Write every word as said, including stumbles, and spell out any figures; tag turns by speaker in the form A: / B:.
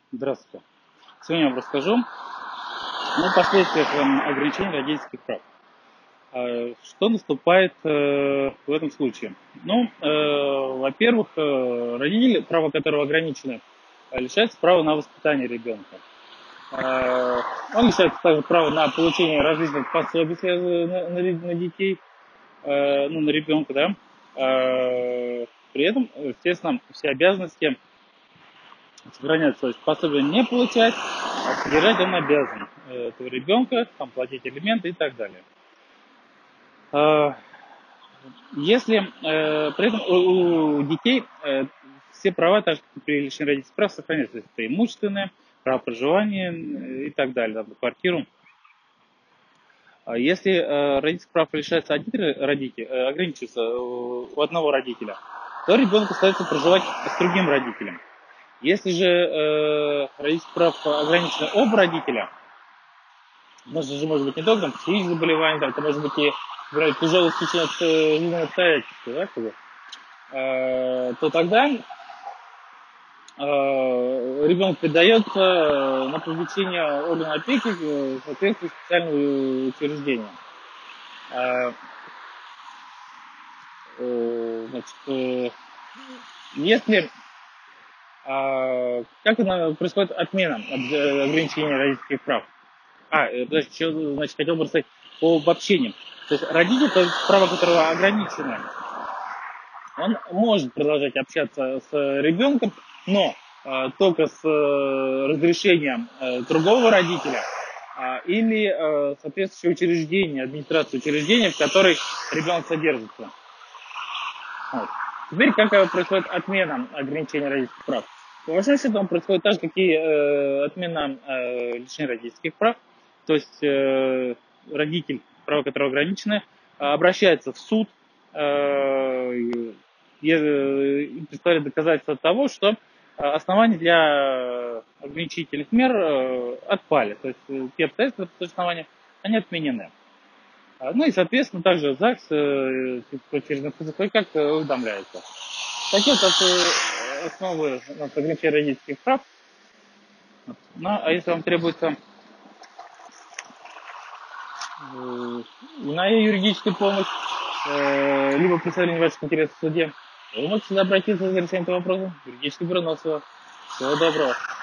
A: Здравствуйте. Сегодня я вам расскажу о последствиях эм, ограничения родительских прав. А, Что наступает э, в этом случае? Ну, э, во-первых, э, родители, право которого ограничено, э, лишается права на воспитание ребенка. Э, Он лишается также права на получение различных пособий, связанных на, на ре- на детей, э, ну, на ребенка, да. Э, При этом, естественно, все обязанности сохраняется, то есть пособие не получать, а содержать он обязан э, этого ребенка, там, платить элементы и так далее. А, Если э, при этом у, у детей э, все права, так же как и при лишении родительских прав, сохраняются, то есть это имущественное, право проживания э, и так далее, там, на квартиру. А Если э, родительских прав лишается один родитель, э, ограничивается э, у одного родителя, то ребенок остается проживать с другим родителем. Если же э, родительских прав ограничены оба родителя, может же может быть не только там, психические заболевания, там, это может быть и например, тяжелое стечение жизненных обстоятельств, да, как бы, э, то тогда э, ребенок передается э, на попечение органа опеки в соответствии специального учреждения. Э, э, значит, э, если э, как она происходит отмена от- ограничения родительских прав? А, э, подожди, еще, значит, хотел бы рассказать по обобщениям. То есть родитель, то есть право которого ограничено, он может продолжать общаться с ребенком, но э, только с э, разрешением э, другого родителя э, или э, соответствующего учреждения, администрации учреждения, в которой ребенок содержится. Вот. Теперь как э, происходит отмена ограничения родительских прав? По большому счету он происходит так же, как и э, отмена э, лишения родительских прав. То есть э, родитель, право которого ограничены, э, обращается в суд э, и, и представляет доказательства того, что э, основания для ограничительных мер э, отпали. То есть э, те обстоятельства, основания, они отменены. А, Ну и, соответственно, также ЗАГС э, через эн эф зэ эф как э, уведомляется. Такие вот э, основы у нас ограничения родительских прав. Ну, а если вам требуется э, иная юридическая помощь, э, либо представление ваших интересов в суде, вы можете всегда обратиться за решением этого вопроса в юридическое бюро Носова. Всего доброго.